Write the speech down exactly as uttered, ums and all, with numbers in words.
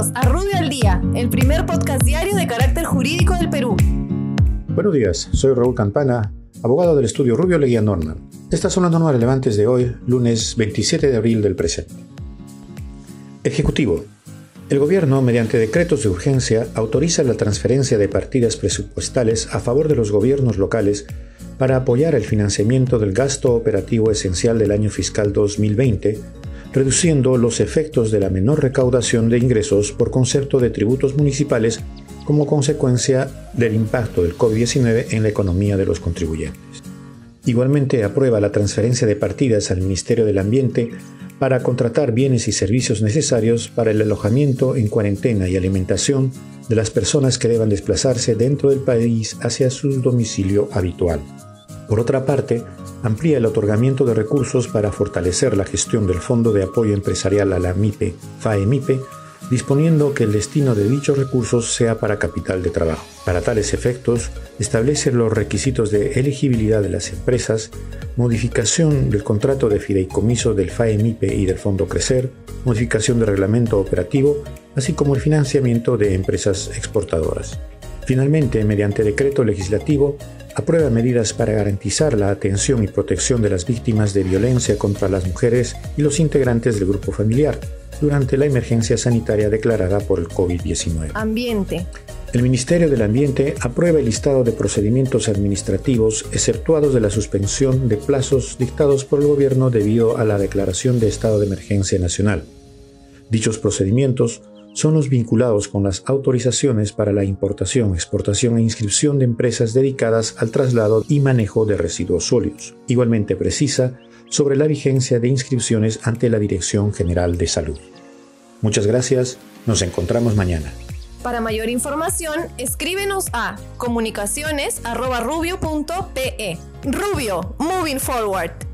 Bienvenidos a Rubio al Día, el primer podcast diario de carácter jurídico del Perú. Buenos días, soy Raúl Campana, abogado del estudio Rubio Leguía Norman. Estas son las normas relevantes de hoy, lunes veintisiete de abril del presente. Ejecutivo. El Gobierno, mediante decretos de urgencia, autoriza la transferencia de partidas presupuestales a favor de los gobiernos locales para apoyar el financiamiento del gasto operativo esencial del año fiscal dos mil veinte, reduciendo los efectos de la menor recaudación de ingresos por concepto de tributos municipales como consecuencia del impacto del COVID diecinueve en la economía de los contribuyentes. Igualmente aprueba la transferencia de partidas al Ministerio del Ambiente para contratar bienes y servicios necesarios para el alojamiento en cuarentena y alimentación de las personas que deban desplazarse dentro del país hacia su domicilio habitual. Por otra parte, amplía el otorgamiento de recursos para fortalecer la gestión del Fondo de Apoyo Empresarial a la MIPE, FAEMIPE, disponiendo que el destino de dichos recursos sea para capital de trabajo. Para tales efectos, establece los requisitos de elegibilidad de las empresas, modificación del contrato de fideicomiso del FAEMIPE y del Fondo Crecer, modificación del reglamento operativo, así como el financiamiento de empresas exportadoras. Finalmente, mediante decreto legislativo, aprueba medidas para garantizar la atención y protección de las víctimas de violencia contra las mujeres y los integrantes del grupo familiar durante la emergencia sanitaria declarada por el COVID diecinueve. Ambiente. El Ministerio del Ambiente aprueba el listado de procedimientos administrativos exceptuados de la suspensión de plazos dictados por el Gobierno debido a la declaración de estado de emergencia nacional. Dichos procedimientos son los vinculados con las autorizaciones para la importación, exportación e inscripción de empresas dedicadas al traslado y manejo de residuos sólidos. Igualmente precisa sobre la vigencia de inscripciones ante la Dirección General de Salud. Muchas gracias, nos encontramos mañana. Para mayor información, escríbenos a comunicaciones arroba rubio punto pe. Rubio, moving forward.